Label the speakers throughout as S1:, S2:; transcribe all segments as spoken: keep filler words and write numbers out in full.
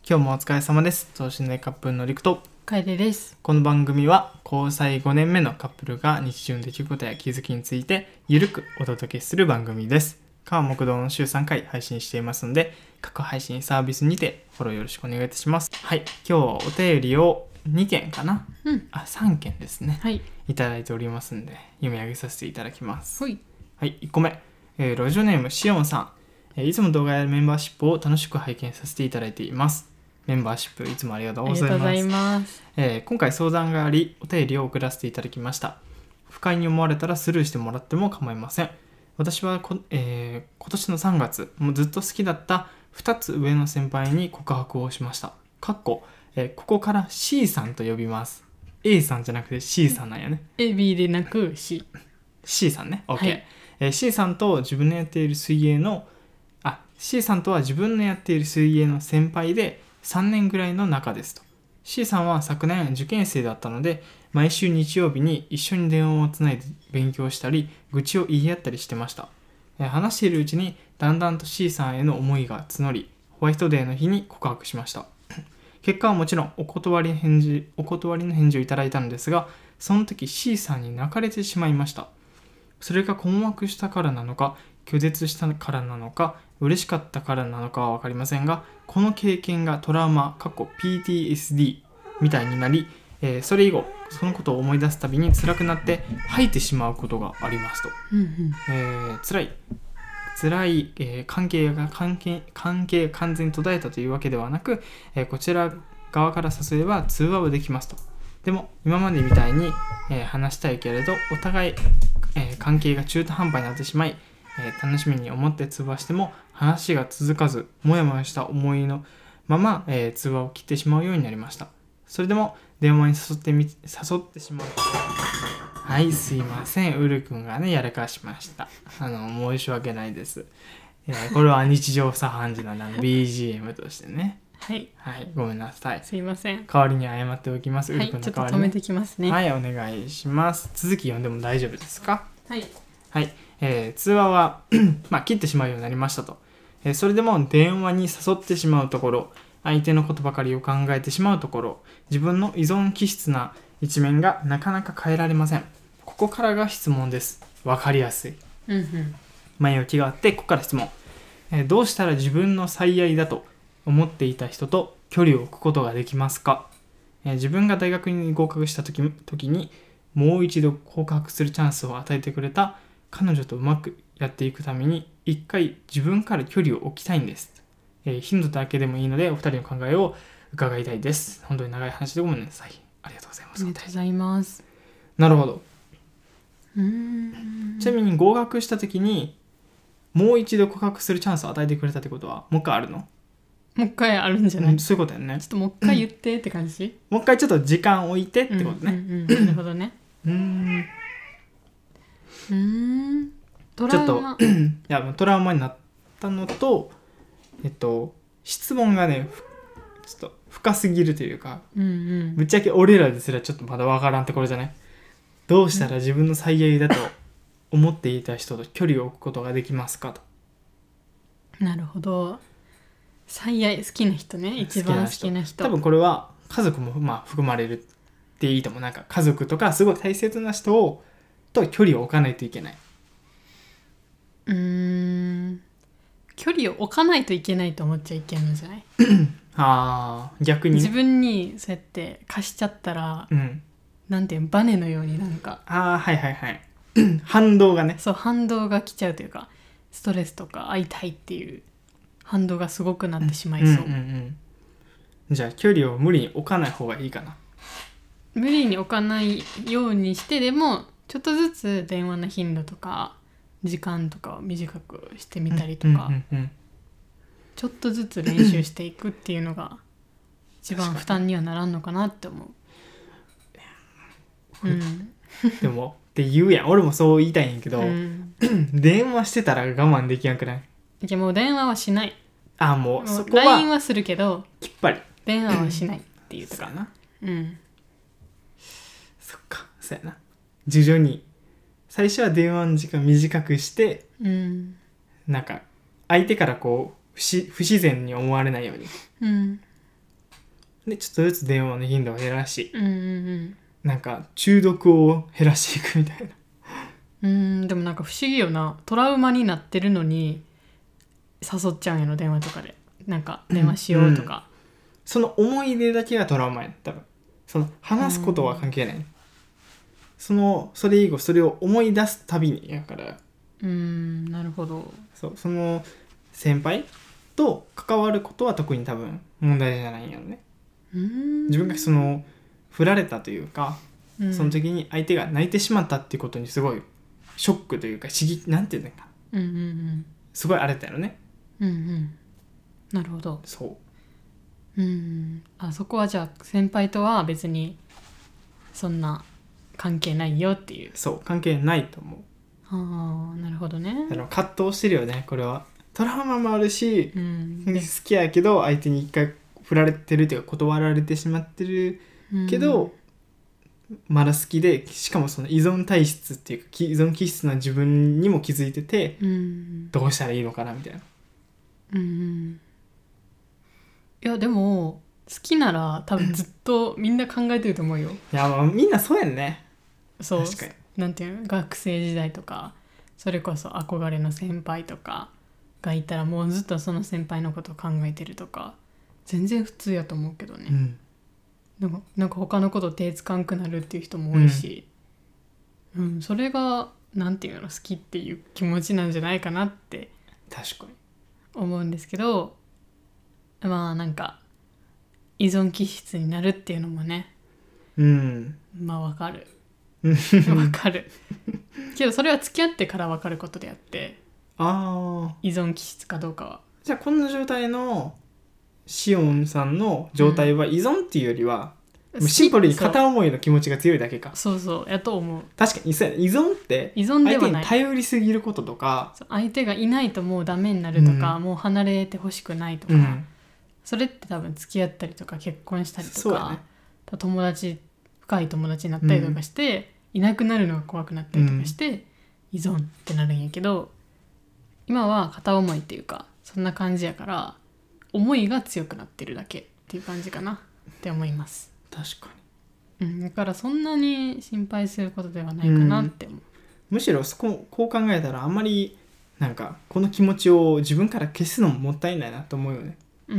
S1: 今日もお疲れ様です。等身大カップルのりくと
S2: 楓です。
S1: この番組は交際ごねんめのカップルが日常の出来事や気づきについてゆるくお届けする番組です。川木道の週さんかい配信していますので、各配信サービスにてフォローよろしくお願いいたします。はい、今日はお便りをにけんかな、
S2: うん、
S1: あさんけんですね、
S2: はい、
S1: いただいておりますんで読み上げさせていただきます。
S2: ほい。
S1: はい、いっこめ、えー、ラジオネームしおんさん、えー、いつも動画やメンバーシップを楽しく拝見させていただいています。メンバーシップいつもありがとうございます。
S2: ありがとうございます。
S1: えー、今回相談がありお便りを送らせていただきました。不快に思われたらスルーしてもらっても構いません。私はこ、えー、今年のさんがつもうずっと好きだったふたつ上の先輩に告白をしました。かっこ、えー、ここから C さんと呼びます。 A さんじゃなくて C さんなんやね。
S2: A、B でなく C。
S1: C さんね OK、
S2: はい
S1: えー、C さんと自分のやっている水泳のあ C さんとは自分のやっている水泳の先輩でさんねんぐらいの仲ですと。 C さんは昨年受験生だったので毎週日曜日に一緒に電話をつないで勉強したり愚痴を言い合ったりしてました。えー話しているうちにだんだんと C さんへの思いが募り、ホワイトデーの日に告白しました。結果はもちろんお断り返事お断りの返事をいただいたのですが、その時 C さんに泣かれてしまいました。それが困惑したからなのか拒絶したからなのか嬉しかったからなのかは分かりませんが、この経験がトラウマ ピーティーエスディー みたいになり、えーそれ以後そのことを思い出すたびに辛くなって吐いてしまうことがありますと。
S2: うんうん。
S1: えー、辛い辛い、えー関係が関係関係が完全に途絶えたというわけではなく、えーこちら側から誘えば通話はできますと。でも今までみたいに、えー話したいけれどお互い、えー関係が中途半端になってしまい、えー楽しみに思って通話しても話が続かずもやもやした思いのまま、えー通話を切ってしまうようになりました。それでも電話に誘ってみ誘ってしまう。はいすいません、ウルくんがねやらかしました。あの申し訳ないです。えーこれは日常茶飯事のあの ビージーエム としてね。
S2: はい、
S1: はいごめんなさい。
S2: すいません。
S1: 代わりに謝っておきます。ウ
S2: はい、
S1: ルくん
S2: ちょっと
S1: の代わりに、
S2: 止めてきますね。
S1: はいお願いします。続き読んでも大丈夫ですか？
S2: はい。
S1: はい、えー通話はまあ切ってしまうようになりましたと。えーそれでも電話に誘ってしまうところ、相手のことばかりを考えてしまうところ、自分の依存気質な一面がなかなか変えられません。ここからが質問です。わかりやすい。
S2: うんうん。
S1: 前置きがあってここから質問、えーどうしたら自分の最愛だと思っていた人と距離を置くことができますか？えー自分が大学に合格した時時にもう一度告白するチャンスを与えてくれた彼女とうまくやっていくために一回自分から距離を置きたいんです。えー頻度だけでもいいのでお二人の考えを伺いたいです。本当に長い話でごめんなさい。ありがとうございます。
S2: ありがとうございます。
S1: なるほど。
S2: うーん。
S1: ちなみに合格した時にもう一度告白するチャンスを与えてくれたってことはもう一回あるの？
S2: もう一回あるんじゃない？
S1: うん、そういうことやね。
S2: ちょっともう一回言ってって感じ？
S1: もう一回ちょっと時間置いてってことね。
S2: うんうんうん、なるほどね。
S1: うーん。
S2: うーん。ト
S1: ちょっと
S2: ラウマ。
S1: いやもうトラウマになったのと、えっと質問がねふちょっと深すぎるというか、
S2: うんうん。
S1: ぶっちゃけ俺らですらちょっとまだわからんところじゃない？どうしたら自分の最愛だと思っていた人と距離を置くことができますかと。
S2: なるほど。最愛、好きな人ね。一番好きな人。
S1: 多分これは家族もまあ含まれるっていいと思う。なんか家族とかすごい大切な人をと距離を置かないといけない。
S2: うーん。距離を置かないといけないと思っちゃいけないんじゃない？
S1: ああ逆にね。
S2: 自分にそうやって貸しちゃったら、
S1: うん。
S2: なんていうのバネのようになんか
S1: ああはいはいはい。反動がね。
S2: そう反動が来ちゃうというか、ストレスとか会いたいっていう反動がすごくなってしまいそう。
S1: うんうんうん。じゃあ距離を無理に置かない方がいいかな。
S2: 無理に置かないようにしてでもちょっとずつ電話の頻度とか時間とかを短くしてみたりとか、
S1: うんうんうん
S2: ちょっとずつ練習していくっていうのが一番負担にはならんのかなって思う。うん。
S1: でもって言うやん。俺もそう言いたいんやけど、
S2: うん、
S1: 電話してたら我慢できなくない？
S2: じゃあもう電話はしない。
S1: ああもう
S2: も
S1: そうこ
S2: ライン
S1: は
S2: はするけど
S1: きっぱり。
S2: 電話はしないっていうとか。
S1: そうやな。
S2: うん。
S1: そっかそうやな。徐々に最初は電話の時間短くして
S2: うん。
S1: なんか相手からこう不自不自然に思われないように
S2: うん。
S1: でちょっとずつ電話の頻度を減らし、
S2: うんうん
S1: なんか中毒を減らしていくみたいな。
S2: うんうんでもなんか不思議よな。トラウマになってるのに誘っちゃうんやろ、電話とかで。なんか電話しようとか、
S1: その思い出だけがトラウマやん多分。その話すことは関係ない、そのそれ以後それを思い出すたびにやから、
S2: うーんなるほど。
S1: そうその先輩と関わることは特に多分問題じゃないんやろね。
S2: うーん
S1: 自分がその振られたというか、
S2: うん
S1: その時に相手が泣いてしまったっていうことにすごいショックというか刺激なんていうのかな、
S2: うんうん
S1: すごいあれだよね。
S2: うんうんうんなるほど。
S1: そう
S2: うんあそこはじゃあ先輩とは別にそんな関係ないよっていう。
S1: そう関係ないと思う。
S2: ああなるほどね。
S1: だから葛藤してるよねこれは。トラウマもあるし、
S2: うん
S1: 好きやけど相手に一回振られてるというか断られてしまってるけど、まだ好きで、しかもその依存体質っていうか依存気質な自分にも気づいてて、
S2: うん
S1: どうしたらいいのかなみたいな。
S2: うんうんいやでも好きなら多分ずっとみんな考えてると思うよ。
S1: いやまあみんなそうやんね。
S2: そう
S1: 確かに。
S2: なんていうの学生時代とかそれこそ憧れの先輩とかがいたらもうずっとその先輩のことを考えてるとか全然普通やと思うけどね、
S1: うん、
S2: なんかなんか他のこと手つかんくなるっていう人も多いし、うんうん、それがなんていうの好きっていう気持ちなんじゃないかなって
S1: 確かに
S2: 思うんですけど、まあなんか依存気質になるっていうのもね
S1: うん
S2: まあわかる
S1: うん
S2: わかるけどそれは付き合ってからわかることであって
S1: ああ
S2: 依存気質かどうかは
S1: じゃあこんな状態のシオンさんの状態は依存っていうよりは、うん、シンプルに片思いの気持ちが強いだけか。
S2: そうそうやと思う。
S1: 確かにそうやね依存って
S2: 依存ではない
S1: 相手に頼りすぎることとか
S2: 相手がいないともうダメになるとか、うん、もう離れてほしくないとか、うん、それって多分付き合ったりとか結婚したりとか、ね、友達深い友達になったりとかして、うん、いなくなるのが怖くなったりとかして、うん、依存ってなるんやけど今は片思いっていうかそんな感じやから思いが強くなってるだけっていう感じかなって思います。
S1: 確か
S2: に、うん、だからそんなに心配することではないかなって思う、うん、
S1: むしろそここう考えたらあんまりなんかこの気持ちを自分から消すのももったいないなと思うよね、うん、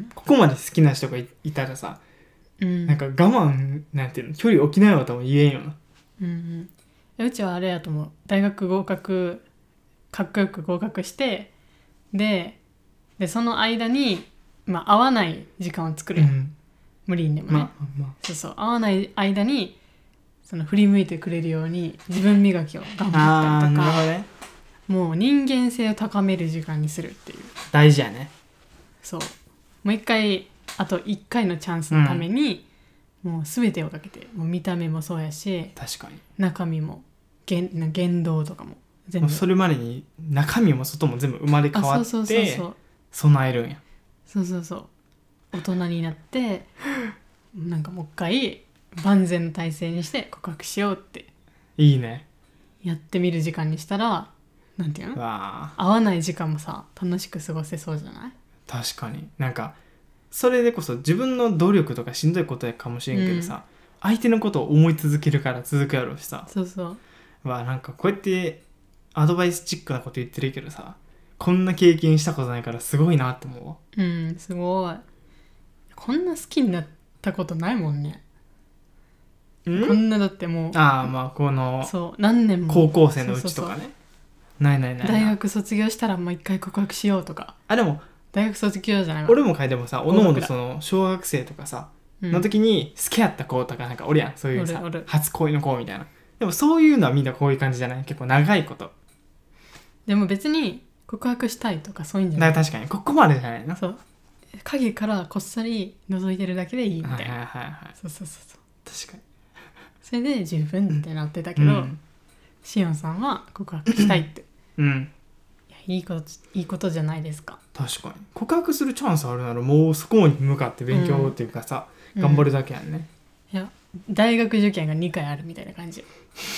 S1: ここまで好きな人が い, いたらさ、うん、なんか我慢なんていうの距離置きなよとも言えんよな、
S2: うんうん、うちはあれやと思う。大学合格かっこよく合格してででその間に、まあ、会わない時間を作るやん、うん、無理にでもね、まあまあ、そうそう会わない間にその振り向いてくれるように自分磨きを頑張ったりとか、ね、もう人間性を高める時間にするっていう
S1: 大事やね。
S2: そうもう一回あと一回のチャンスのために、うん、もう全てをかけてもう見た目もそうやし
S1: 確かに
S2: 中身も 言, 言動とかも全部
S1: それまでに中身も外も全部生まれ変わってそうそうそうそう備えるんや。
S2: そうそうそう大人になってなんかもう一回万全の体制にして告白しようって
S1: いいね
S2: やってみる時間にしたらなんていうの
S1: わ
S2: 会わない時間もさ楽しく過ごせそうじゃない？
S1: 確かになんかそれでこそ自分の努力とかしんどいことやかもしれんけどさ、うん、相手のことを思い続けるから続くやろうしさ
S2: そうそう
S1: わなんかこうやってアドバイスチックなこと言ってるけどさこんな経験したことないからすごいなって思うわ。
S2: うんすごいこんな好きになったことないもんね。んこんなだってもう
S1: ああまあこの
S2: そう何年も
S1: 高校生のうちとかねそうそうそうないないない
S2: 大学卒業したらもう一回告白しようとか
S1: あでも
S2: 大学卒業じゃないわ
S1: 俺も書いてもさおのおのその小学生とかさ、うん、の時に好きやった子とかなんかおるやんそういうさ初恋の子みたいなでもそういうのはみんなこういう感じじゃない結構長いこと
S2: でも別に告白したいとかそういうんじゃない。
S1: 確かにここまでじゃないな。
S2: そう影からこっそり覗いてるだけでいいみたいな、
S1: はいはいはいはい、
S2: そうそうそう
S1: そう確かに
S2: それで十分ってなってたけど、うん、シオンさんは告白したいって、
S1: うん、
S2: いやいいこといいことじゃないですか。
S1: 確かに告白するチャンスあるならもうそこに向かって勉強っていうかさ、うん、頑張るだけやんね、
S2: うん、いや大学受験がにかいあるみたいな感じ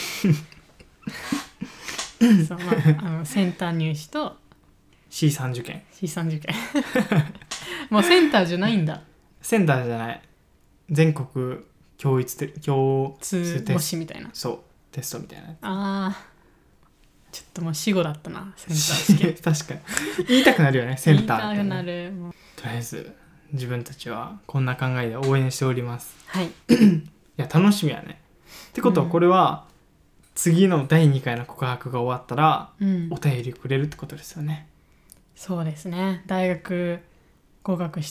S2: そう、まあ、あのセンター入試と
S1: シーさん 受験
S2: シーさん 受験もうセンターじゃないんだ
S1: センターじゃない全国共一て共
S2: 通模試みたいな。
S1: そうテストみたいな。
S2: あーちょっともう死後だったなセンター試験
S1: 確かに言いたくなるよねセンターって、ね、
S2: 言いたくなる。もう
S1: とりあえず自分たちはこんな考えで応援しております。
S2: はい
S1: いや楽しみやね。ってことはこれは、うん、次のだいにかいの告白が終わったら、うん、お便りくれるってことですよね。
S2: そうですね。大学合格して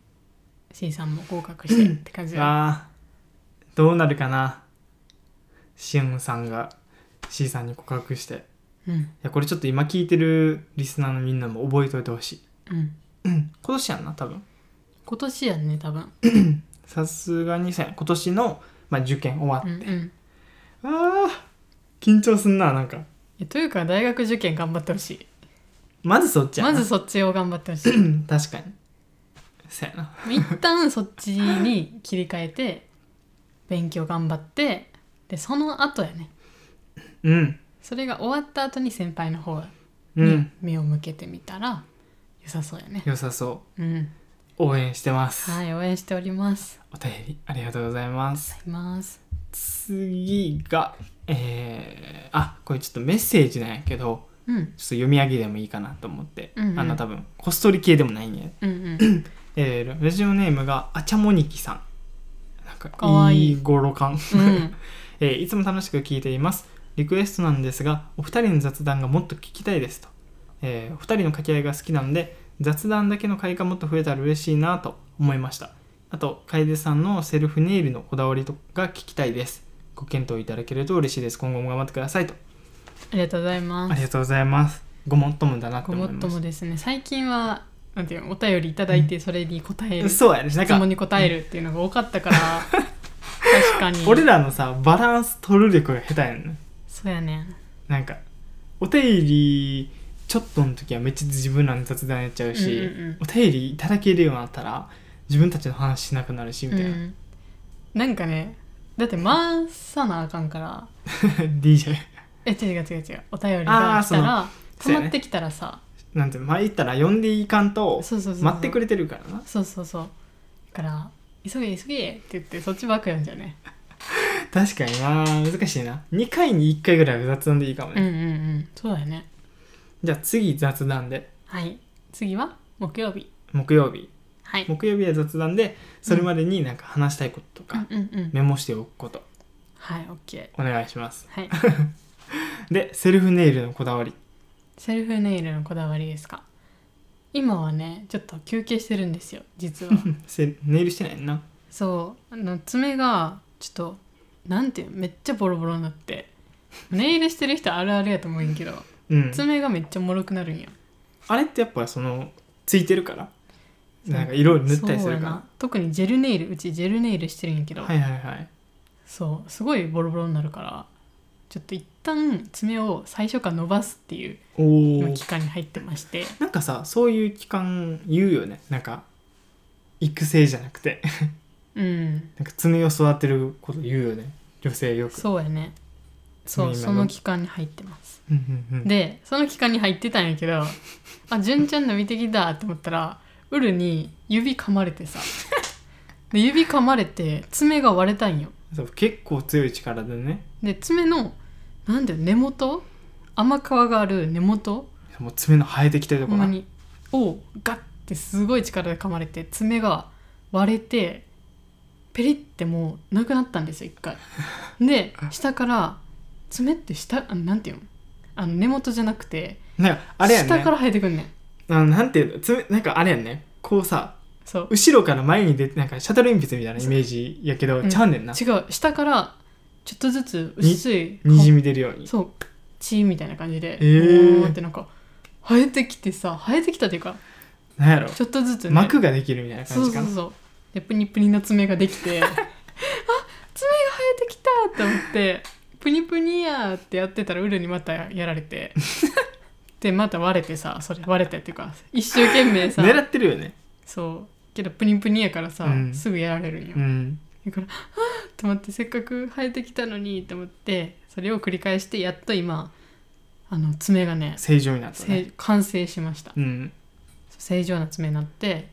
S2: C さんも合格してって感じだ、うん、
S1: あーどうなるかな。シオンさんが C さんに告白して、うん、いやこれちょっと今聞いてるリスナーのみんなも覚えておいてほしい、うんうん、今年やんな多分。
S2: 今年やんね多分
S1: さすがに今年の、まあ、受験終わって、うんうん、あー緊張すんな。なんかい
S2: やというか大学受験頑張ってほしい。
S1: まずそっちやな。
S2: まずそっちを頑張ってほしい
S1: 確かにそうやな
S2: 一旦そっちに切り替えて勉強頑張ってでその後やね。
S1: うん
S2: それが終わった後に先輩の方に目を向けてみたら良さそうやね。
S1: 良さそう、
S2: うん、
S1: 応援してます。
S2: はい応援しております。
S1: お便りありがとうございます。
S2: ありがとうございます。
S1: 次がえー、あこれちょっとメッセージなんやけど、うん、ちょっと読み上げでもいいかなと思って、うんうん、あの多分こっそり系でもないんや、うんうんえー、ラジオネームがあちゃもにきさん。なんか
S2: かわいい
S1: いい語呂感、うんえー、いつも楽しく聞いています。リクエストなんですがお二人の雑談がもっと聞きたいですと、えー、お二人の掛け合いが好きなので雑談だけの回がもっと増えたら嬉しいなと思いました。あと楓さんのセルフネイルのこだわりとか聞きたいです。ご検討いただけると嬉しいです。今後も頑張ってくださいと。
S2: ありがとうございます。
S1: ありがとうございます。ごもっともだなと思います。
S2: ごもっともですね。最近はなんていうのお便りいただいてそれに答える、うん、
S1: そうやね、
S2: 質問に答えるっていうのが多かったから確かに
S1: 俺らのさバランス取る力が下手やね。
S2: そうやね。
S1: なんかお便りちょっとの時はめっちゃ自分らの雑談やっちゃうし、うんうんうん、お便りいただけるようになったら自分たちの話しなくなるしみたいな、うん、
S2: なんかねだって回さなあかんから
S1: ディージェー
S2: え違う違う違うお便りが来たら溜まってきたらさ、
S1: ね、なんて前言ったら読んでいかんと待ってくれてるからな。
S2: そうそうそうだから急げ急げって言ってそっちばっか読んじゃうね
S1: 確かにな難しいな。にかいにいっかいぐらい雑談でいいかもね。
S2: うんうんうんそうだよね。
S1: じゃあ次雑談で。
S2: はい次は木曜日。
S1: 木曜日
S2: はい、
S1: 木曜日は雑談でそれまでになんか話したいこととか、うんうんうん、メモしておくこと、
S2: はい OK
S1: お願いします、
S2: はい、
S1: でセルフネイルのこだわり。
S2: セルフネイルのこだわりですか。今はねちょっと休憩してるんですよ実は
S1: ネイルしてないな。
S2: そうあの爪がちょっとなんていうめっちゃボロボロになってネイルしてる人あるあるやと思うんやけど、うん、爪がめっちゃもろくなるんよ。
S1: あれってやっぱそのついてるからなんか色塗ったりするから。
S2: 特にジェルネイルうちジェルネイルしてるんやけど、
S1: はいはいはい、
S2: そうすごいボロボロになるからちょっと一旦爪を最初から伸ばすっていうの期間に入ってまして。
S1: なんかさそういう期間言うよね。なんか育成じゃなくてうんなんか爪を育てること言うよね女性よく。
S2: そうやね。そうその期間に入ってますでその期間に入ってたんやけどあ純ちゃん伸びてきたって思ったらウルに指噛まれてさで指噛まれて爪が割れたんよ。
S1: そう結構強い力でね。
S2: で爪のなんだよ根元甘皮がある根元
S1: もう爪の生えてきてるところ
S2: をガッてすごい力で噛まれて爪が割れてペリってもうなくなったんですよ一回で下から爪って下あなんていうのあの根元じゃなくて
S1: なんかあれやんね
S2: 下から生えてくんね
S1: ん。あなんていうの爪なんかあれやんねこうさそう後ろから前に出てなんかシャトル鉛筆みたいなイメージやけど、うん、ちゃうねんな。
S2: 違う下からちょっとずつ薄い
S1: にじみ出るように
S2: そう血みたいな感じで、
S1: えー、
S2: ってなんか生えてきてさ生えてきたっていうか
S1: なんやろ
S2: ちょっとずつ、ね、
S1: 膜ができるみたいな感じかな。
S2: そうそうそうでプニプニの爪ができてあ爪が生えてきたって思ってプニプニやーってやってたらウルにまたやられてでまた割れてさそれ割れたっていうか一生懸命さ
S1: 狙ってるよね。
S2: そうけどプニプニやからさ、うん、すぐやられるんよ、うん、だからはぁと思ってせっかく生えてきたのにと思ってそれを繰り返してやっと今あの爪がね
S1: 正常になったね。
S2: 完成しました、
S1: うん、
S2: 正常な爪になって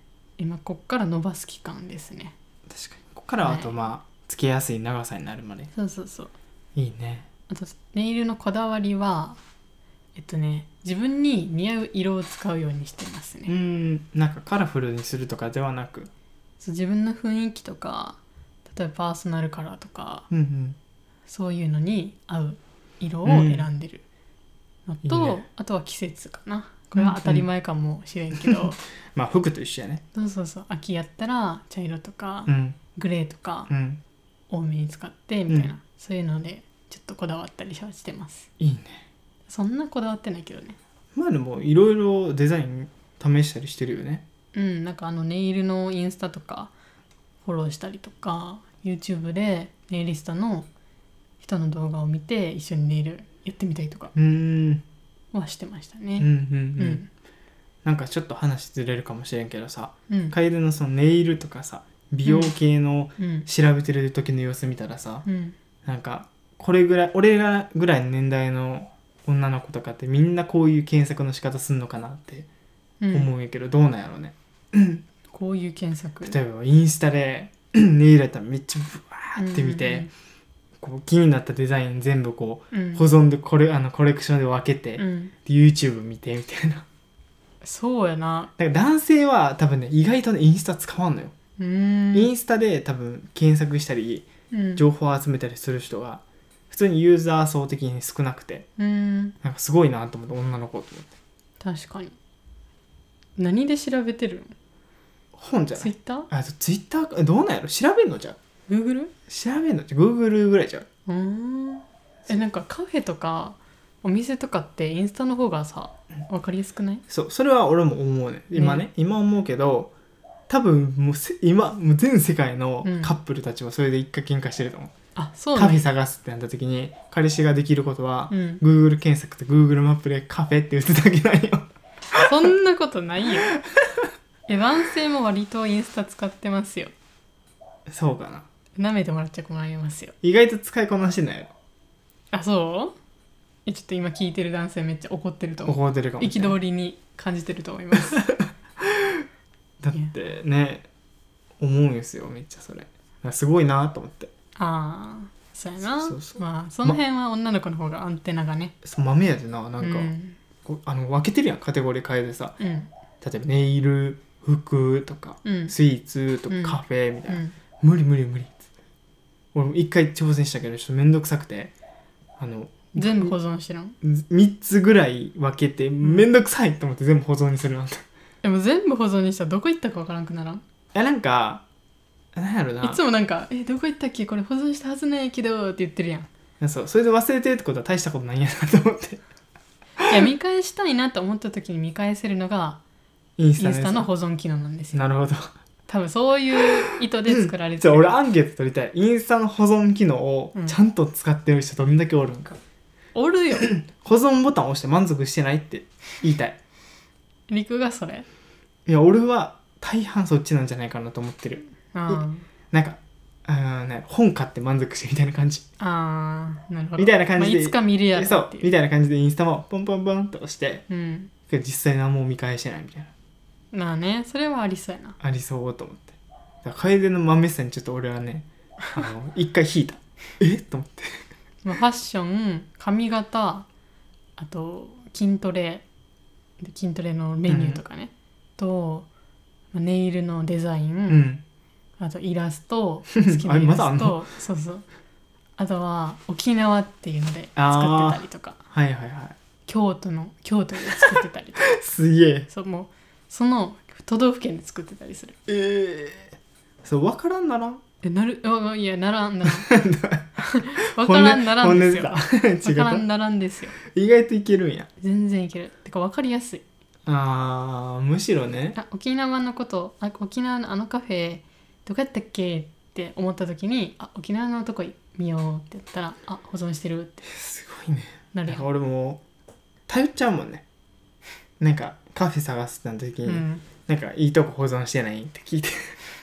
S2: 今こっから伸ばす期間ですね。
S1: 確かにここからはあとまあつけやすい長さになるまで。
S2: そうそうそう。
S1: いいね。
S2: あとネイルのこだわりはえっとね自分に似合う色を使うようにしてますね。
S1: うーんなんかカラフルにするとかではなく、
S2: そう自分の雰囲気とか例えばパーソナルカラーとか
S1: うんうん、
S2: そういうのに合う色を選んでるのと、
S1: うんいいね、
S2: あとは季節かな。これは当たり前かもしれんけど、
S1: まあ服と一緒やね。
S2: そうそうそう秋やったら茶色とか、
S1: うん
S2: グレーとか
S1: うん
S2: 多めに使ってみたいな、
S1: うん
S2: そういうのでちょっとこだわったりはしてます。
S1: いいね。
S2: そんなこだわってないけどね。
S1: まあでもいろいろデザイン試したりしてるよね。
S2: うんなんかあのネイルのインスタとかフォローしたりとか YouTube でネイリストの人の動画を見て一緒にネイルやってみたりとか
S1: うーん
S2: はしてました
S1: うんうん
S2: ね。
S1: うん、なんかちょっと話ずれるかもしれんけどさ、
S2: うん
S1: 楓のそのネイルとかさ美容系の
S2: うん
S1: 調べてる時の様子見たらさ、
S2: うん
S1: なんかこれぐらい俺らぐらいの年代の女の子とかってみんなこういう検索の仕方すんのかなって
S2: うん
S1: 思うんやけど、どうなんやろうね。
S2: こういう検索
S1: 例えばインスタでネイルやったらめっちゃブワーって見て、こう気になったデザイン全部こ
S2: うんうん
S1: う保存でこれあのコレクションで分けて、
S2: うんうん
S1: で YouTube 見てみたいな。
S2: そうやな。
S1: だから男性は多分ね意外とねインスタ使わんのよ、
S2: うーん
S1: インスタで多分検索したり
S2: うん
S1: 情報を集めたりする人が普通にユーザー層的に少なくて、
S2: うん
S1: なんかすごいなと思って女の子と思って。
S2: 確かに。何で調べてるの？
S1: 本じゃない
S2: Twitter？
S1: あとツイッターどうなんやろ調べんのじゃ
S2: Google？
S1: 調べんのじゃ Google ぐらいじゃん。
S2: うーんえなんかカフェとかお店とかってインスタの方がさ分かりやすくない？
S1: そうそれは俺も思うね今ね、今思うけど多分もうせ今もう全世界のカップルたちはそれで一回喧嘩してると思う、
S2: あそう
S1: カフェ
S2: ね。
S1: 探すってなった時に彼氏ができることは、
S2: うん
S1: Google 検索と Google マップでカフェって打つだけなんよ。
S2: そんなことないよ。え男性も割とインスタ使ってますよ。
S1: そうかな。
S2: 舐めてもらっちゃ困りますよ。
S1: 意外と使いこなしてないよ。
S2: あそうえちょっと今聞いてる男性めっちゃ怒ってると思う。
S1: 怒ってるかもしれない
S2: 憤りに感じてると思います
S1: だってね思うんですよめっちゃそれ。だからすごいなと思って。
S2: ああそうやな。
S1: そうそうそう
S2: まあその辺は女の子の方がアンテナがね、
S1: そう豆やでななんか、
S2: うん
S1: こうあの分けてるやんカテゴリー変えてさ、
S2: うん
S1: 例えばネイル服とか、
S2: うん
S1: スイーツとか
S2: うん
S1: カフェみたいな、
S2: うん
S1: 無理無理無理っつって俺も一回挑戦したけどちょっとめんどくさくてあの
S2: 全部保存してるの？
S1: みっつぐらい分けてめんどくさいと思って全部保存にするなんて。
S2: でも全部保存にしたらどこ行ったかわからんくならん？
S1: えなんかなんやろない
S2: つもなんか「えどこ行ったっけこれ保存したはずないけど」って言ってるやん。
S1: そうそれで忘れてるってことは大したことないんやなと思って
S2: いや見返したいなと思った時に見返せるのが
S1: インスタのやつ
S2: インスタの保存機能なんですよ。
S1: なるほど。
S2: 多分そういう意図で作られて
S1: じゃあ
S2: る。
S1: 俺アンケート取りたい。インスタの保存機能を
S2: うん
S1: ちゃんと使ってる人どんだけおるんか、
S2: おるよ。
S1: 保存ボタンを押して満足してないって言いたい。
S2: リクがそれ。
S1: いや俺は大半そっちなんじゃないかなと思ってる。
S2: あ
S1: なんかあーね本買って満足してみたいな感じ
S2: あああなるほど。
S1: みたいな感じで、
S2: まあ、いつか見るやろ
S1: そう
S2: っていう。
S1: みたいな感じでインスタもポンポンポンと押して
S2: うん。
S1: 実際何も見返してないみたいな
S2: まあねそれはありそうやな。
S1: ありそうと思ってだから楓の豆さにちょっと俺はねあの一回引いたえと思って
S2: まあ、ファッション髪型あと筋トレで筋トレのメニューとかね、とまあネイルのデザイン、
S1: うん
S2: あとイラスト好きなイラ
S1: あまだあん
S2: スト
S1: の
S2: そうそうあとは沖縄っていうので作ってたりとか
S1: はいはいはい
S2: 京都の京都で作ってたりとか
S1: すげえ
S2: そうもうその都道府県で作ってたりする。
S1: ええー、そう分からんならん
S2: えなるあいやならんならん分からんならんですよ。
S1: 本音出た
S2: 分からん
S1: 違った
S2: ならんですよ。
S1: 意外といけるんや。
S2: 全然いけるてか分かりやすい。
S1: あーむしろね
S2: あ沖縄のことあ沖縄のあのカフェどこやったっけって思った時にあ沖縄のとこ見ようって言ったらあ保存してるって
S1: すごいね。
S2: なるやん。
S1: なんか俺も頼っちゃうもんね。なんかカフェ探すってなった時に、
S2: うん
S1: なんかいいとこ保存してないって聞いて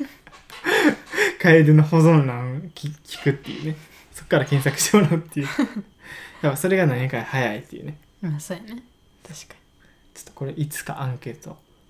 S1: 楓の保存欄聞聞くっていうね。そっから検索してもらうっていうやっぱそれが何回早いっていうね。
S2: まあそうやね確か
S1: ちょっとこれいつかアンケート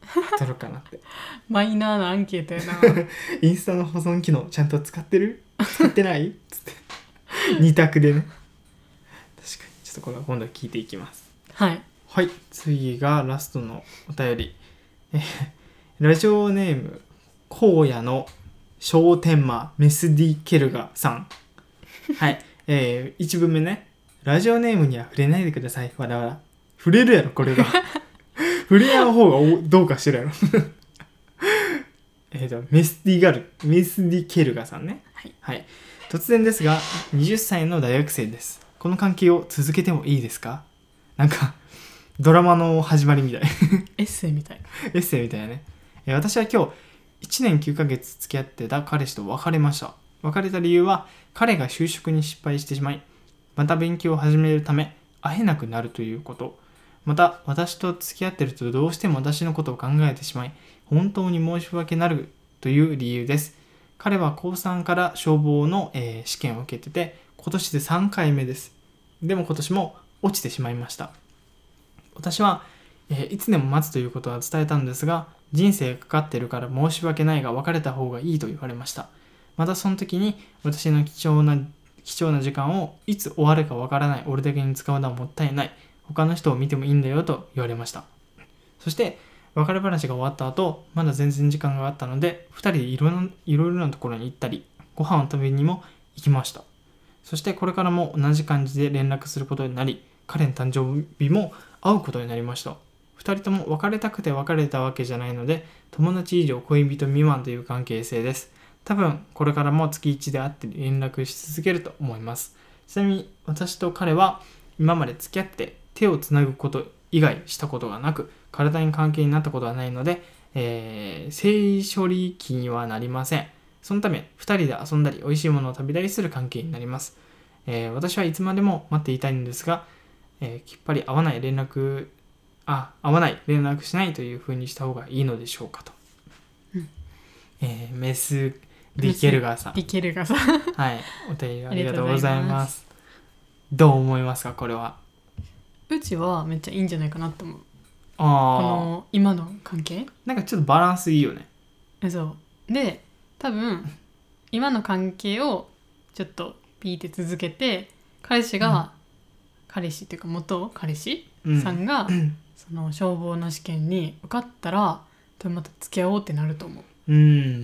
S1: 取ろうかなって
S2: マイナーなアンケートやな。
S1: インスタの保存機能ちゃんと使ってる使ってないつってに択でね。確かにちょっとこれは今度は聞いていきます。
S2: はい
S1: はい、次がラストのお便り。えラジオネーム荒野の商店魔メスディケルガさん。はい、えー、いち文目ね。ラジオネームには触れないでください。わらわら。触れるやろこれが。触れ合う方がおどうかしてるやろ。えっとメスディガルメスディケルガさんね。
S2: はい、
S1: はい。突然ですが、はたちの大学生です。この関係を続けてもいいですか？なんかドラマの始まりみたい。
S2: エッセイみたい。
S1: エッセイみたいなね。え私は今日いちねんきゅうかげつ付き合ってた彼氏と別れました。別れた理由は彼が就職に失敗してしまい、また勉強を始めるため会えなくなるということ。また私と付き合ってるとどうしても私のことを考えてしまい、本当に申し訳なるという理由です。彼はこうさんから消防の、えー、試験を受けてて、今年でさんかいめです。でも今年も落ちてしまいました。私は、えー、いつでも待つということは伝えたんですが、人生がかかってるから申し訳ないが別れた方がいいと言われました。またその時に私の貴重な貴重な時間をいつ終わるかわからない俺だけに使うのはもったいない。他の人を見てもいいんだよと言われました。そして別れ話が終わった後、まだ全然時間があったので、ふたりでいろいろいろいろなところに行ったり、ご飯を食べにも行きました。そしてこれからも同じ感じで連絡することになり、彼の誕生日も会うことになりました。ふたりとも別れたくて別れたわけじゃないので、友達以上恋人未満という関係性です。多分これからも月いちで会って連絡し続けると思います。ちなみに私と彼は今まで付き合って手をつなぐこと以外したことがなく、体に関係になったことはないので、えー、性処理期にはなりません。そのためふたりで遊んだり美味しいものを食べたりする関係になります。えー、私はいつまでも待っていたいんですが、えー、きっぱり会わない連絡あ会わない連絡しないという風にした方がいいのでしょうかと、
S2: うん
S1: えー、メスディケルガーさん、
S2: ディケルガーさん
S1: はい、お便りありがとうございます。どう思いますかこれは？
S2: うちはめっちゃいいんじゃないかなって思う。
S1: あ
S2: この今の関係
S1: なんかちょっとバランスいいよね。
S2: そうで、多分今の関係をちょっとピーって続けて、彼氏が、うん、彼氏っていうか元彼氏、うん、さんが、うん、その消防の試験に受かったら多分また付き合おうってなると思う。
S1: うん、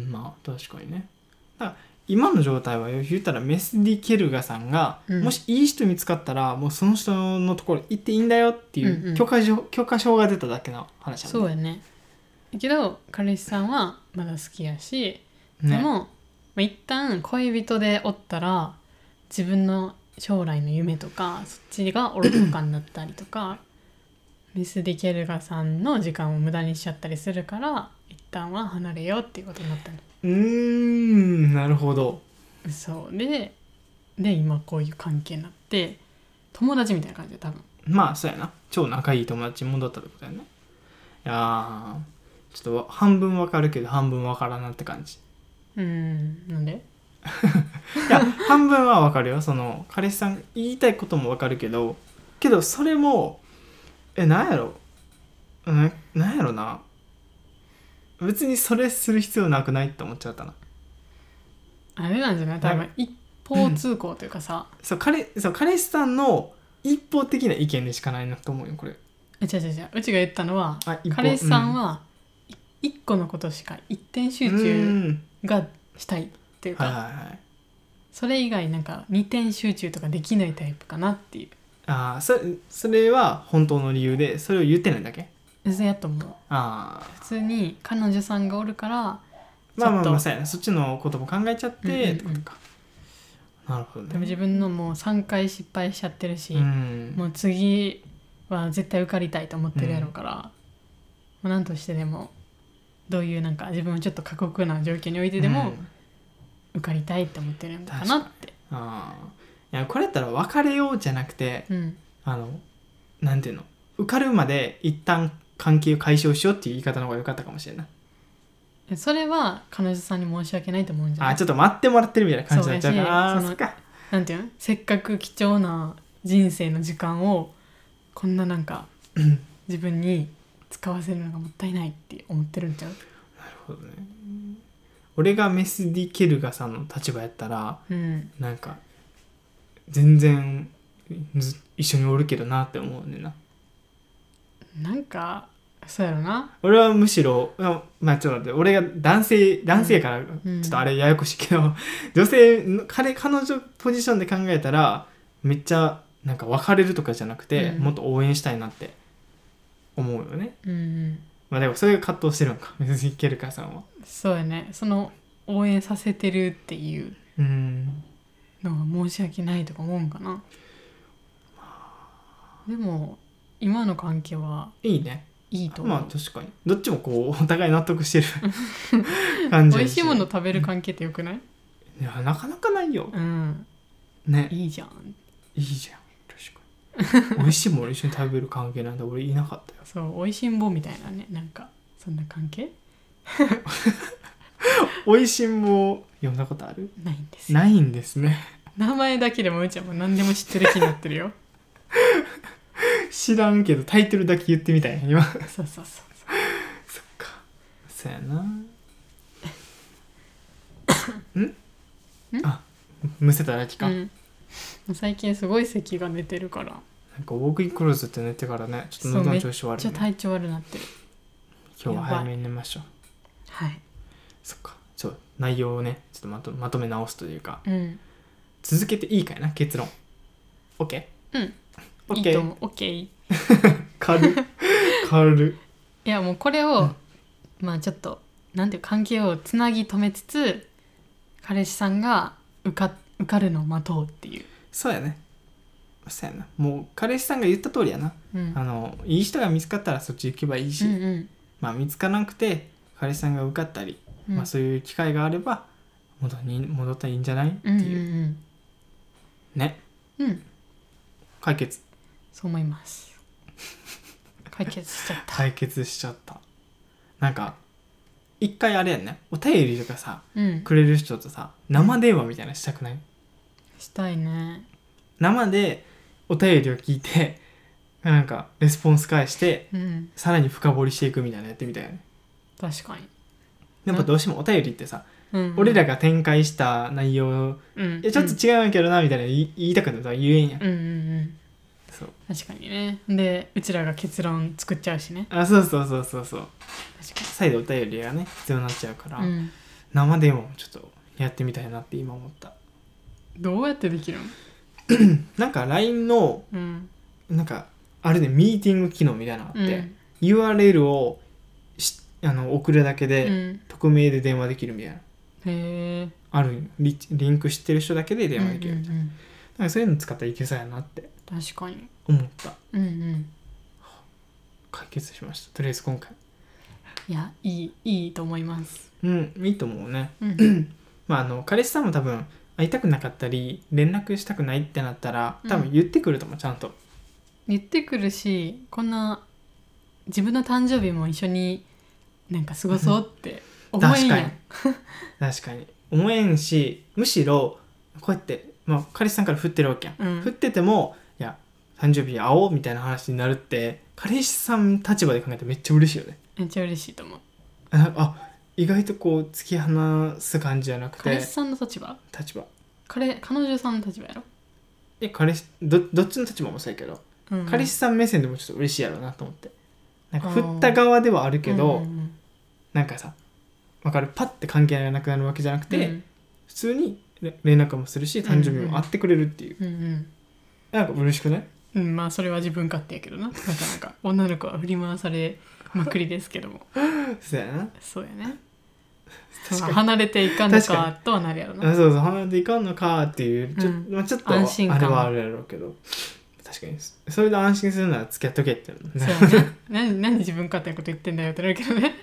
S1: まあ確かにね。だから今の状態は言ったらメスディケルガさんが、うん、もしいい人見つかったらもうその人のところ行っていいんだよっていう許可状、うんうん、許可証が出ただけの話なんで。
S2: そうやね。だけど彼氏さんはまだ好きやし、でも、ね、まあ、一旦恋人でおったら自分の将来の夢とかそっちがおろそかになったりとかメスディケルガさんの時間を無駄にしちゃったりするから、一旦は離れようっていうことになったの。
S1: うーん、なるほど。
S2: そうで、で今こういう関係になって友達みたいな感じで多分。
S1: まあそうやな。超仲いい友達に戻ったってことやね。いやー、ちょっと半分わかるけど半分わからんなって感じ。
S2: うーん、なんで？
S1: いや半分はわかるよ。その彼氏さん言いたいこともわかるけど、けどそれもえなんやろ、ななんやろな。別にそれする必要なくないって思っちゃったな。
S2: あれなんじゃない？多分一方通行というかさ、
S1: うん、そう彼そう彼氏さんの一方的な意見でしかないなと思うよこれ。
S2: え違う違う違う、うちが言ったのは彼氏さんは一個のことしか一点集中がしたいっていうか、
S1: はいはいはい、
S2: それ以外なんか二点集中とかできないタイプかなっていう。
S1: ああ、それ、それは本当の理由でそれを言ってないだけ？
S2: そうやと思う。
S1: ああ、
S2: 普通に彼女さんがおるから、
S1: まあまあまあそうやな、そっちのことも考えちゃって、うんうんうん、ってことか。なるほどね。
S2: でも自分のもうさんかい失敗しちゃってるし、うん、もう次は絶対受かりたいと思ってるやろうから、うん、もう何としてでもどういうなんか自分をちょっと過酷な状況においてでも、うん、受かりたいって思ってるんだかなって。
S1: ああ、いやこれやったら別れようじゃなくて、うん、あのなんていうの、受かるまで一旦関係を解消しようっていう言い方の方が良かったかもしれない。
S2: それは彼女さんに申し訳ないと思うんじゃない？
S1: あ、ちょっと待ってもらってるみたいな感じになっちゃうから。あ、そっか。
S2: なんていうの、せっかく貴重な人生の時間をこんななんか自分に使わせるのがもったいないって思ってるんちゃう？
S1: なるほどね。俺がメスディ・ケルガさんの立場やったら、
S2: うん、
S1: なんか全然ず一緒におるけどなって思うねんな。
S2: なんかそうやろな。
S1: 俺はむしろあまあちょっと待って、俺が男性男性からちょっとあれややこしいけど、うん、女性の彼彼女ポジションで考えたらめっちゃなんか別れるとかじゃなくて、うん、もっと応援したいなって思うよね。
S2: うんうん、
S1: まあでもそれが葛藤してるのか、メスディ・ケルガさんは。
S2: そうやね。その応援させてるっていうのが申し訳ないとか思うんかな。でも今の関係はい
S1: いね。
S2: いいと思う。
S1: まあ確かにどっちもこうお互い納得してる感じ。
S2: 美味しいもの食べる関係ってよくない？
S1: いやなかなかないよ、
S2: うん、
S1: ね。
S2: いいじゃん
S1: いいじゃん。確かに美味しいもの一緒に食べる関係なんて俺いなかったよ。
S2: そう、美味しんぼみたいなね、なんかそんな関係
S1: 美味しんぼ読んだことある？
S2: ないんですよ。
S1: ないんですね。
S2: 名前だけでもうちゃんも何でも知ってる気になってるよ
S1: 知らんけどタイトルだけ言ってみたい今。そう
S2: そうそうそう。
S1: そっか。そうやな。ん？ん？あ、むせただけか、うん、
S2: 最近すごい咳が出てるから。
S1: なんかウォークインクローズって寝てからね、ちょっと喉の調子悪い、ね、
S2: めっちゃ体調悪くなってる。
S1: 今日は早めに寝ましょう。
S2: はい。そっ
S1: か。そう、内容をねちょっとまと、まとめ直すというか、
S2: うん、
S1: 続けていいかいな、結論。 OK？
S2: うん、
S1: OK？
S2: いいと思う。 OK
S1: 軽る軽
S2: いやもうこれを、うん、まあちょっとなんていう関係をつなぎ止めつつ彼氏さんが受か、受かるのを待とうっていう。
S1: そうやね。そうやな。もう彼氏さんが言った通りやな、うん、あのいい人が見つかったらそっち行けばいいし、
S2: うんうん、
S1: まあ見つからなくて彼氏さんが受かったり、うん、まあ、そういう機会があれば戻に戻ったらいいんじゃないっていう、うんうんうん、ね、
S2: うん、
S1: 解決。
S2: そう思います。解決しちゃった
S1: 解決しちゃった。なんか一回あれやんね、お便りとかさ、うん、くれる人とさ生電話みたいなしたくない？
S2: したいね。
S1: 生でお便りを聞いてなんかレスポンス返して、うん、さらに深掘りしていくみたいなやってみたいよね。
S2: 確かに。
S1: やっぱどうしてもお便りってさ、うんうん、俺らが展開した内容、うん、ちょっと違うんやけどなみたいな言 い, 言いたくないと言えんやん、
S2: うんうんうん、そう確かにね。でうちらが結論作っちゃうしね。
S1: あ、そうそうそうそうそう。確かに再度お便りがね必要になっちゃうから、うん、生電話もちょっとやってみたいなって今思った。
S2: どうやってできるの？
S1: なんか ライン の、うん、なんかあれね、ミーティング機能みたいなのがあって、うん、ユーアールエル をしあの送るだけで、うん、匿名で電話できるみたいな。
S2: へー。
S1: ある リ, リンク知ってる人だけで電話できるみたいな、うんうんうん、なんかそういうの使ったらいけそうやなって
S2: 確かに
S1: 思った。
S2: うんうん。
S1: 解決しました。とりあえず今回。
S2: いや、いいいいと思います。
S1: うん、いいと思うね。うん、まああの彼氏さんも多分会いたくなかったり連絡したくないってなったら多分言ってくると思う、うん、ちゃんと
S2: 言ってくるし、こんな自分の誕生日も一緒になんか過ごそうって思えんやん。
S1: 確かに確かに思えんし、むしろこうやって、まあ、彼氏さんから振ってるわけやん、うん、振っててもいや誕生日会おうみたいな話になるって彼氏さん立場で考えてめっちゃ嬉しいよね。
S2: めっちゃ嬉しいと思う。
S1: あ, あ意外とこう突き放す感じじゃなくて、
S2: 彼氏さんの立場
S1: 立場
S2: 彼, 彼女さんの立場やろ。
S1: え彼氏 ど, どっちの立場もそうやけど、うんうん、彼氏さん目線でもちょっと嬉しいやろうなと思って。なんか振った側ではあるけど、うんうんうん、なんかさ分かる、パッて関係がなくなるわけじゃなくて、うん、普通に連絡もするし誕生日も会ってくれるっていう、うんうん、なんか嬉しくない？
S2: うん、まあそれは自分勝手やけどな。なかなか女の子は振り回されまくりですけども
S1: そうやな。
S2: そうやね。離れていかんのかとはなるやろな。
S1: そうそう、離れていかんのかっていうちょ、うんまあ、ちょっとあれはあるやろうけど、確かにそれで安心するなら付き合っとけっていう
S2: のね。そうね。何, 何自分勝手なこと言ってんだよってなるけどね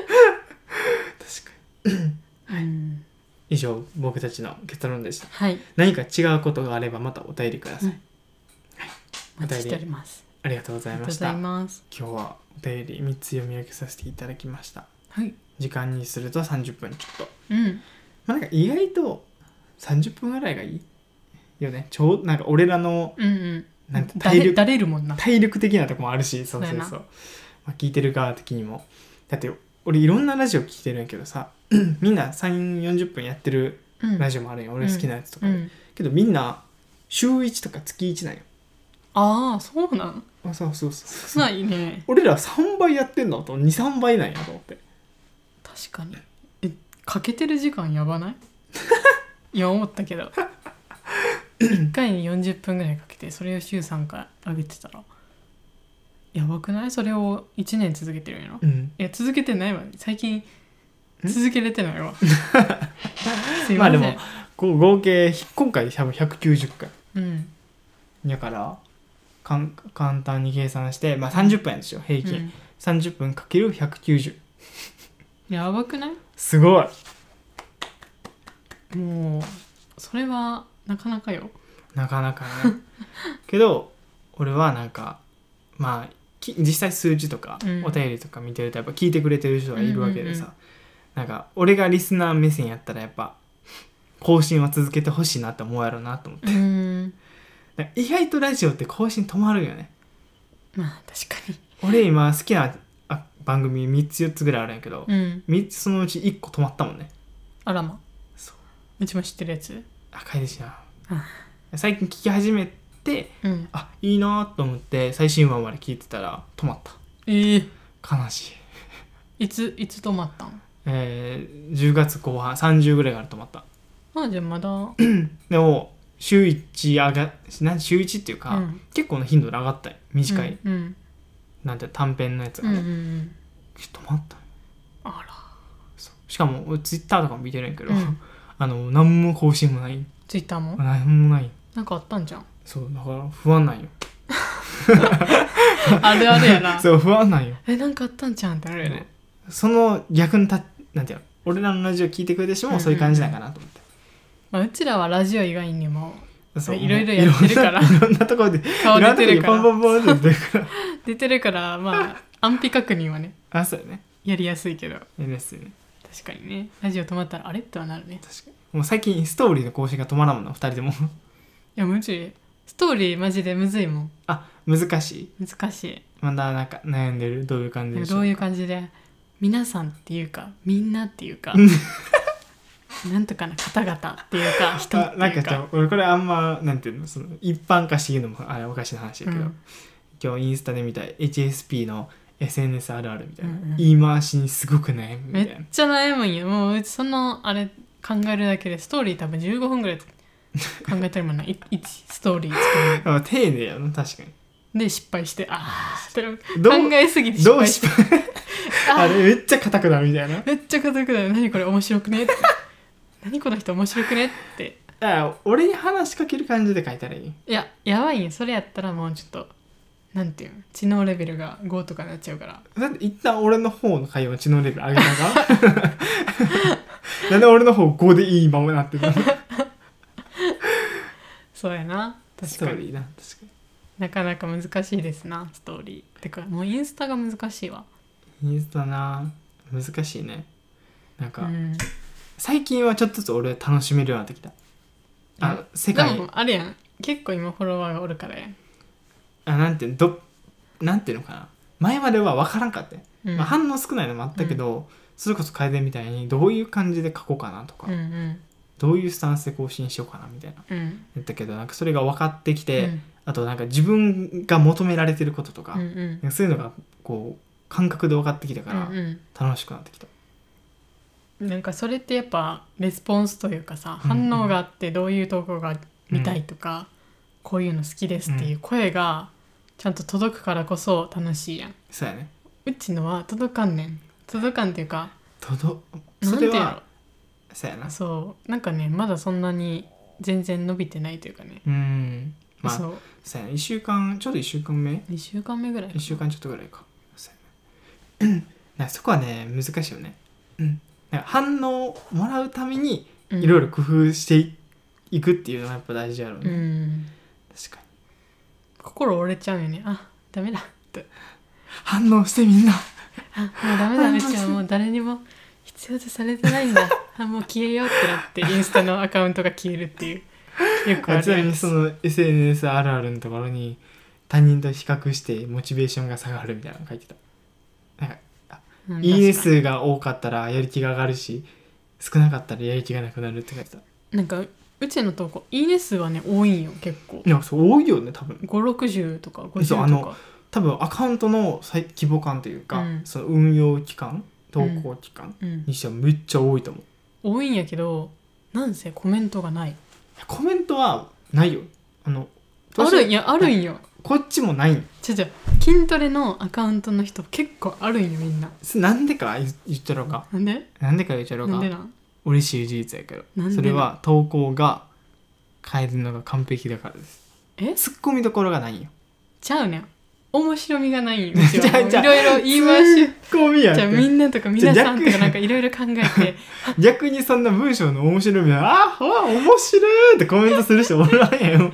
S1: 確かに、はい、うん、以上僕たちの結論でした、
S2: はい、
S1: 何か違うことがあればまたお便りください、うん、はい、
S2: お待ちしております。
S1: ありがとうございました。
S2: ありがとうございます。
S1: 今日はお便りみっつ読み上げさせていただきました。
S2: はい、
S1: 時間にするとさんじゅっぷんちょっと、
S2: うん、
S1: まあなんか意外とさんじゅっぷんぐらいがいいよね。ちょうなんか俺らの、
S2: うんうん、
S1: なんて体力
S2: だれるもんな。
S1: 体力的なとこもあるし、そうそうそう。 まあ、聞いてる側的にも。だって俺いろんなラジオ聞いてるんやけどさみんなさんじゅう、よんじゅっぷんやってるラジオもあるんよ、うん、俺好きなやつとかで、うん、けどみんな週いちとか月いちなんよ。
S2: ああそうなん。
S1: あそうそうそうそう
S2: ないね。
S1: 俺らさんばいやってんのとに、さんばいなんやと思って。
S2: 確かに。えかけてる時間やばないいや思ったけどいっかいによんじゅっぷんぐらいかけてそれを週さんかい上げてたらやばくない？それをいちねん続けてるんやろ、うん、いや続けてないわ最近続けれてないわすいません。
S1: まあでもこう合計今回多分ひゃくきゅうじゅっかい、うん、だからかん簡単に計算して、まあ、さんじゅっぷんやんですよ平均、うん、さんじゅっぷんかけるひゃくきゅうじゅう
S2: やばくない？
S1: すごい。
S2: もうそれはなかなかよ。
S1: なかなかねけど俺はなんかまあ実際数字とかお便りとか見てるとやっぱ聞いてくれてる人がいるわけでさ、うんうんうん、なんか俺がリスナー目線やったらやっぱ更新は続けてほしいなって思うやろうなと思って、うん、意外とラジオって更新止まるよね。
S2: まあ確かに
S1: 俺今好きな番組みっつよっつぐらいあるんやけど、うん、みっつそのうちいっこ止まったもんね。
S2: あらま。そう。うちも知ってるやつ。
S1: 赤いですよ。最近聞き始めて、うん、あいいなと思って最新話まで聞いてたら止まった。
S2: えー、
S1: 悲し
S2: い。いついつ止まったん？
S1: えー、じゅうがつこう半さんじゅうぐらいから止まった。
S2: あじゃあまだ
S1: でも週いち上がな週いちっていうか、うん、結構の頻度で上がったよ短い、うんうん、なんて短編のやつがね、うんうんうん、止まった
S2: あら。
S1: そうしかもツイッターとかも見てるんやけど、うん、あの何も更新もない。
S2: ツイッターも
S1: 何もない。
S2: なんかあったんじゃん。
S1: そうだから不安なんよ
S2: あるあるやな。
S1: そう不安なんよ。
S2: えなんかあったんじゃんってあるよね。
S1: その逆にたなんていうの俺らのラジオ聞いてくれてしもそういう感じなんかなと思って、
S2: うんうんまあ、うちらはラジオ以外にもいろいろやってるから
S1: いろんなところで
S2: 顔出てるから
S1: ポンポンポンって出てるから
S2: 出てるからまあ安否確認はね
S1: あそうやね
S2: やりやすいけどや
S1: りやすいね。
S2: 確かにねラジオ止まったらあれってはなるね。
S1: 確かにもう最近ストーリーの更新が止まらんもんなふたりでもい
S2: やむずいストーリーマジでむずいもん。
S1: あ難しい
S2: 難しい。
S1: まだなんか悩んでる。どういう感じでしょう。
S2: どういう感じで皆さんっていうかみんなっていうかなんとかな方々っていうか人っていうか
S1: なんかじゃ俺これあんまなんていうのその一般化して言うのもあれおかしな話だけど、うん、今日インスタで見た エイチエスピー の エスエヌエス あるあるみたいな、うんうん、言い回しにすごく悩むみたいな。
S2: めっちゃ悩むんよ。もううちそのあれ考えるだけでストーリー多分じゅうごふんぐらい考えてるもんな。いちストーリー作
S1: る丁寧やな確かに。
S2: で失敗してああ考えすぎて失敗して
S1: あれめっちゃ硬くなるみたいな。
S2: めっちゃ硬くなる。何これ面白くねって何この人面白くねって。
S1: だから俺に話しかける感じで書いたらいい。
S2: いややばいよそれやったらもうちょっとなんていうの知能レベルがごとかなっちゃうから。
S1: だって一旦俺の方の会話の知能レベル上げたがなんで俺の方ごでいいままなってるの
S2: そうやな確かに。
S1: ストーリーな確かに
S2: なかなか難しいですなストーリー。てかもうインスタが難しいわ。
S1: インスタな難しいね。なんか、うん、最近はちょっとずつ俺楽しめるようになってきた。あ世界
S2: でもあれやん結構今フォロワーがおるからやん。
S1: あなんていうのどなんていうのかな前までは分からんかった、うんまあ、反応少ないのもあったけど、うん、それこそ楓みたいにどういう感じで書こうかなとか、うんうん、どういうスタンスで更新しようかなみたいな、うん、言ったけどなんかそれが分かってきて、うん、あとなんか自分が求められてることとか、うんうん、そういうのがこう感覚で分かってきたから楽しくなってきた、
S2: うんうん、なんかそれってやっぱレスポンスというかさ、うんうん、反応があってどういう投稿が見たいとか、うん、こういうの好きですっていう声がちゃんと届くからこそ楽しいやん。
S1: そうやね。
S2: うちのは届かんねん。届かんっていうか
S1: 届それはそうやな。
S2: そうなんかねまだそんなに全然伸びてないというかね。
S1: うんまあそうそうやね。いっしゅうかんちょうどいっしゅうかんめ
S2: にしゅうかんめぐらい
S1: いっしゅうかんちょっとぐらいか。そうやねなんかそこはね難しいよね。うんなんか反応をもらうためにいろいろ工夫していくっていうのがやっぱ大事やろうね、うん、確かに
S2: 心折れちゃうよね。あダメだって
S1: 反応してみんな
S2: あもうダメだうちはもう誰にも必要とされてないんだあもう消えようってなってインスタのアカウントが消えるっていうよくある。
S1: ちなみにその エスエヌエス あるあるのところに他人と比較してモチベーションが下がるみたいなの書いてた。
S2: うん、
S1: いいね
S2: 確かに
S1: 数が多かったらやる気が上がるし、少なかったらやる気がなくなるって書いてた。
S2: なんかうちの投稿いいね数はね多いんよ結構。
S1: いやそう多いよね多分。
S2: ごひゃくろくじゅうとかごじゅうとか。
S1: そうあの多分アカウントの規模感というか、
S2: うん
S1: その運用期間投稿期間
S2: うん、
S1: にしてはめっちゃ多いと思う。
S2: 多いんやけどなんせコメントがない。
S1: コメントはないよ。あの
S2: あるんやあるんよ。
S1: こっちもないん。
S2: ちょちょ筋トレのアカウントの人結構あるんよみんな。
S1: なんでか言言っちゃろうか。
S2: なんで
S1: なんでか言っちゃろうか。
S2: なんでなん
S1: 嬉しい事実やけど
S2: なんでなん
S1: それは投稿が変えるのが完璧だからです。
S2: え
S1: ツッコミどころがないんよ。
S2: ちゃうねん。面白みがないんよ。うちは
S1: じゃあじゃあ
S2: いろいろ言い回し。
S1: ツッコミやっ
S2: じゃあみ
S1: て。
S2: んなとか皆さんとかなんかいろいろ考えて
S1: 逆にそんな文章の面白みはああ面白いってコメントする人おらんやよ。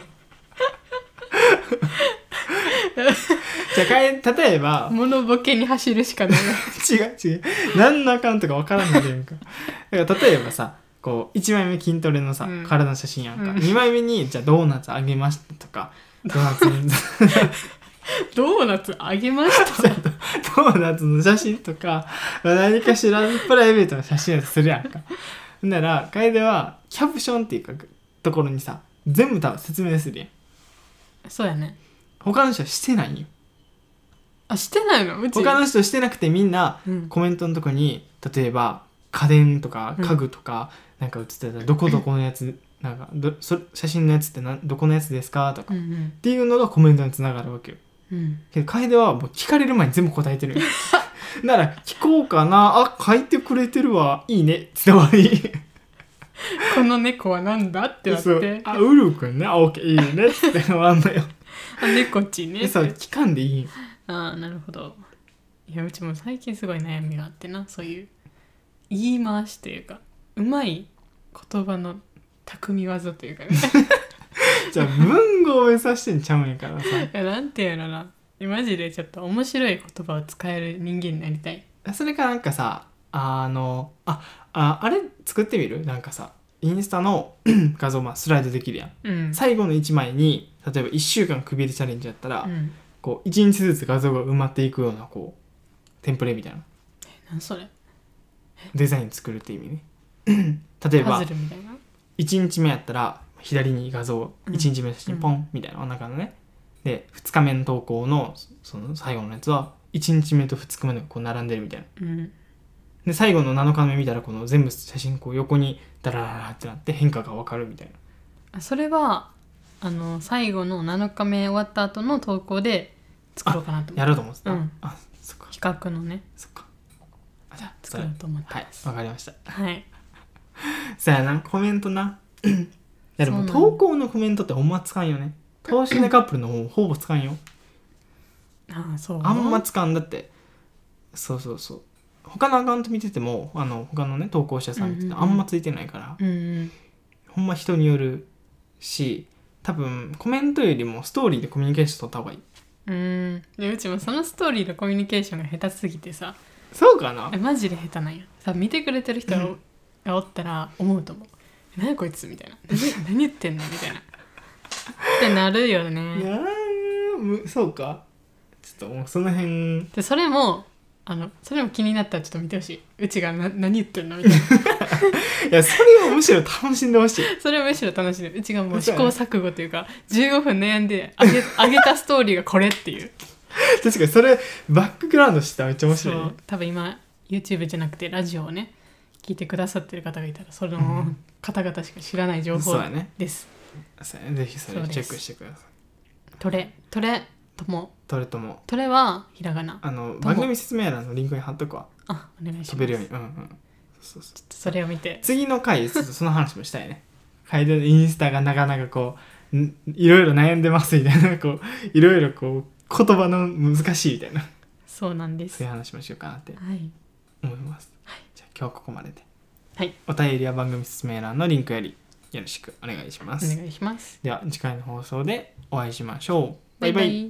S1: じゃあ変え例えば
S2: 物ボケに走るしかない。
S1: 違う違う何のアカウントか分からんのでやんか。だから例えばさこういちまいめ筋トレのさ、
S2: うん
S1: 体の写真やんか、
S2: うん
S1: にまいめにじゃあドーナツあげましたとかドーナツに
S2: ドーナツあげました。
S1: ドーナツの写真とか何かしらのプライベートの写真やとするやんか。ほんなら楓はキャプションっていうかところにさ全部多分説明するやん。
S2: そうやね。
S1: 他の人はしてないんよ。
S2: あしてないのうち。
S1: 他の人してなくてみんな
S2: うん
S1: コメントのとこに例えば家電とか
S2: うん
S1: 家具とかなんか写ってたらどこどこのやつなんかどそ写真のやつってなどこのやつですかとかっ
S2: うんうん
S1: ていうのがコメントにつながるわけよ。
S2: うん。
S1: けど楓はもう聞かれる前に全部答えてるよ。なら聞こうかなあ書いてくれてるわいいねって終わり。
S2: この猫はなんだってなっ
S1: そう
S2: て。
S1: あウルフくんねあオッケーいいねって終わんのよ。
S2: あ猫ちね
S1: でさ聞かんでいいんよ。
S2: ああなるほど。いやうちも最近すごい悩みがあってな、そういう言い回しというかうまい言葉の巧み技というかね。
S1: じゃあ文語を目指してんちゃうんやからさ。
S2: いやなんていうのな、マジでちょっと面白い言葉を使える人間になりたい。
S1: それかなんかさあのあああれ作ってみるなんかさインスタの画像まあスライドできるやん。
S2: うん
S1: 最後のいちまいに例えばいっしゅうかんくびれチャレンジやったら、
S2: うん
S1: こういちにちずつ画像が埋まっていくようなこうテンプレみたいな
S2: なんそれ
S1: デザイン作るって意味ね。例え
S2: パ
S1: ば
S2: ズルみたいな。
S1: いちにちめやったら左に画像
S2: うん
S1: いちにちめの写真ポンみたいなお腹のね。でふつかめの投稿のその最後のやつはいちにちめとふつかめのこう並んでるみたいな。
S2: うん
S1: で最後のなのかめ見たらこの全部写真こう横にダラララってなって変化が分かるみたいな。
S2: あそれはあの最後のなのかめ終わった後の投稿で作ろうかなと思
S1: やろうと思ってた。
S2: うん
S1: あそっか
S2: 企画のね
S1: そっか。あじゃあそ
S2: 作
S1: れ
S2: ろうと思って
S1: はい
S2: ます。
S1: わかりました。
S2: はい。
S1: そやなコメントな。いやでも
S2: そうなの
S1: 投稿のコメントってほんま使んよね。等身大カップルの方ほぼ使んよ。
S2: ああそう。
S1: あんま使んだって。そうそうそう。他のアカウント見ててもあの他のね投稿者さん見てて
S2: うんうんうん
S1: あんまついてないから、
S2: うんうん
S1: ほんま人によるし多分コメントよりもストーリーでコミュニケーション取った方がいい。
S2: うんでうちもそのストーリーのコミュニケーションが下手すぎてさ、
S1: そうかな
S2: えマジで下手なんやさ。見てくれてる人がお,、がおったら思うと思う。何やこいつみたいな。何何言ってんのみたいなってなるよ
S1: い
S2: ね。
S1: やーむそうかちょっともうその辺
S2: でそれもあのそれも気になったらちょっと見てほしい。うちがな何言ってんのみたいな。
S1: いやそれをむしろ楽しんでほしい。
S2: それをむしろ楽しんで、うちがもう試行錯誤というかじゅうごふん悩んであげあげたストーリーがこれっていう。
S1: 確かにそれバックグラウンドしてたらめっちゃ面白いね
S2: そう。多分今 YouTube じゃなくてラジオをね聞いてくださってる方がいたらその
S1: うん
S2: 方々しか知らない情報
S1: そうやね
S2: です。
S1: そうやねぜひそれ
S2: そうです
S1: チェックしてください。
S2: トレトレとも
S1: どれとも
S2: トレはひらがな。
S1: あの
S2: も
S1: 番組説明欄のリンクに貼っとくわ。
S2: あお願いします。
S1: 飛べるようにうんうんそうそう
S2: それを見て。
S1: 次の回ちょっとその話もしたいね。楓のインスタがなかなかこうんいろいろ悩んでますみたいなこういろいろこう言葉の難しいみたいな
S2: そうなんです。
S1: そういう話もしようかなって
S2: はい
S1: 思います。じゃあ今日はここまでで。
S2: はい
S1: お便りは番組説明欄のリンクよりよろしくお願いします。
S2: お願いします。
S1: では次回の放送でお会いしましょう。バイバイ。
S2: バイバイ。